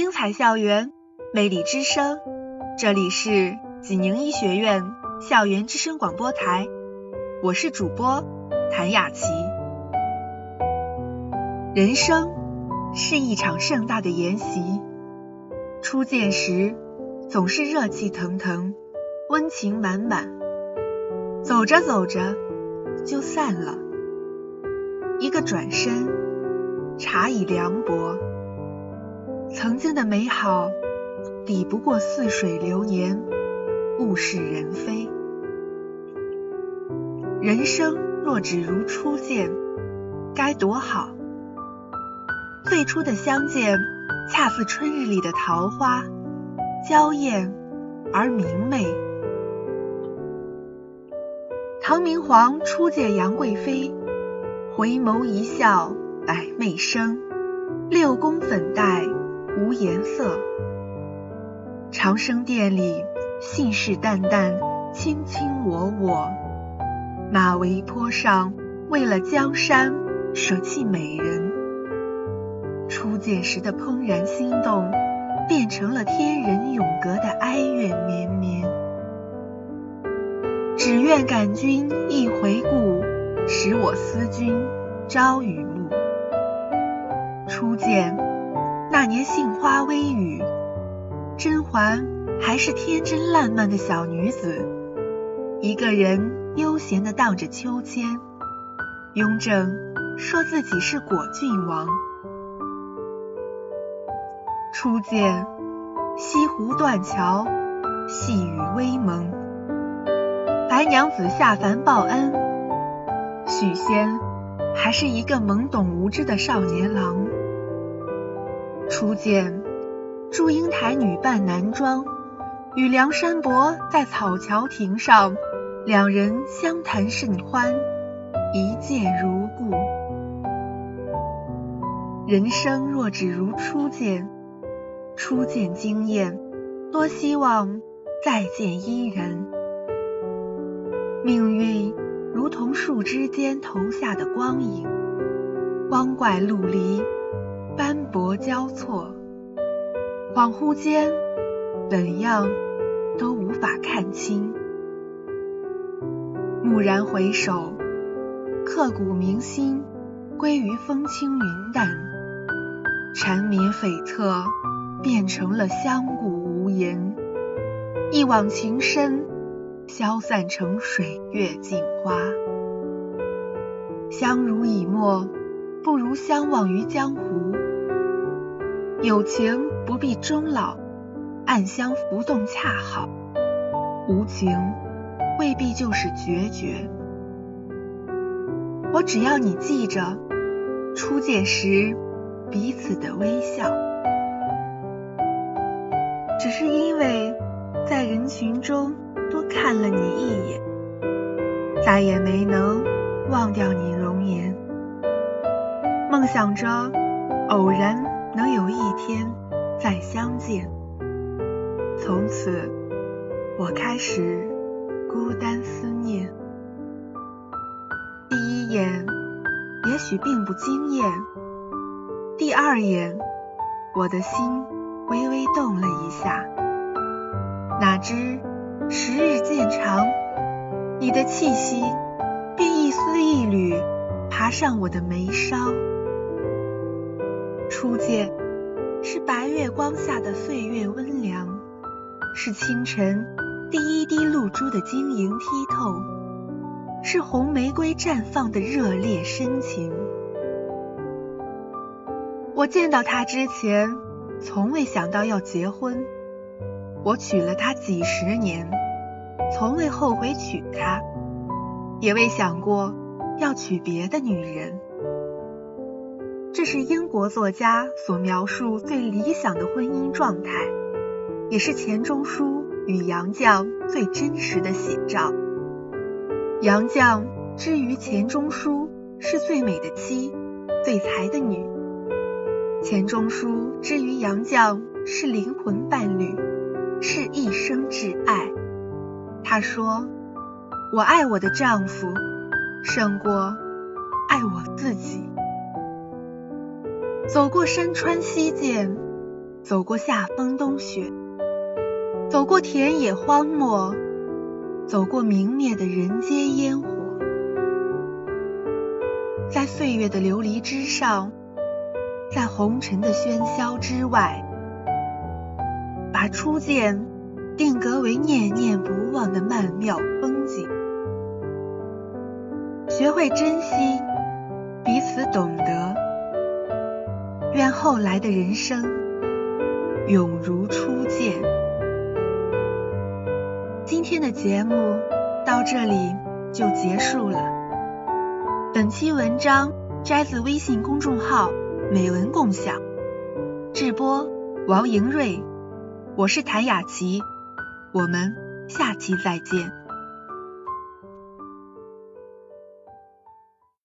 精彩校园，魅力之声，这里是济宁医学院校园之声广播台，我是主播谭雅琪。人生是一场盛大的研习，初见时总是热气腾腾，温情满满，走着走着就散了，一个转身，茶已凉薄。曾经的美好抵不过似水流年，物是人非。人生若只如初见，该多好。最初的相见恰似春日里的桃花，娇艳而明媚。唐明皇初见杨贵妃，回眸一笑百媚生，六宫粉黛无颜色。长生殿里信誓旦旦，卿卿我我，马嵬坡上为了江山舍弃美人。初见时的怦然心动，变成了天人永隔的哀怨绵绵。只愿感君一回顾，使我思君朝与暮。初见那年杏花微雨，甄嬛还是天真烂漫的小女子，一个人悠闲地荡着秋千。雍正说自己是果郡王。初见西湖断桥，细雨微蒙，白娘子下凡报恩，许仙还是一个懵懂无知的少年郎。初见祝英台女扮男装，与梁山伯在草桥亭上，两人相谈甚欢，一见如故。人生若只如初见，初见惊艳，多希望再见依然。命运如同树枝间投下的光影，光怪陆离，斑驳交错，恍惚间怎样都无法看清。蓦然回首，刻骨铭心归于风轻云淡，缠绵悱恻变成了相顾无言，一往情深消散成水月镜花。相濡以沫不如相忘于江湖，有情不必终老，暗香浮动恰好，无情未必就是决绝。我只要你记着初见时彼此的微笑，只是因为在人群中多看了你一眼，再也没能忘掉你容颜。梦想着偶然能有一天再相见，从此我开始孤单思念。第一眼也许并不惊艳，第二眼我的心微微动了一下，哪知时日渐长，你的气息便一丝一缕爬上我的眉梢。初见是白月光下的岁月温凉，是清晨第一滴露珠的晶莹剔透，是红玫瑰绽放的热烈深情。我见到他之前从未想到要结婚，我娶了她几十年，从未后悔娶她，也未想过要娶别的女人。这是英国作家所描述最理想的婚姻状态，也是钱钟书与杨绛最真实的写照。杨绛之于钱钟书是最美的妻，最才的女；钱钟书之于杨绛是灵魂伴侣，是一生挚爱。他说，我爱我的丈夫胜过爱我自己。走过山川溪涧， 走过夏风冬雪，走过田野荒漠，走过明灭的人间烟火，在岁月的流离之上，在红尘的喧嚣之外，把初见定格为念念不忘的曼妙风景。学会珍惜，彼此懂得，愿后来的人生永如初见。今天的节目到这里就结束了。本期文章摘自微信公众号美文共享，制播王莹睿，我是谭雅琪，我们下期再见。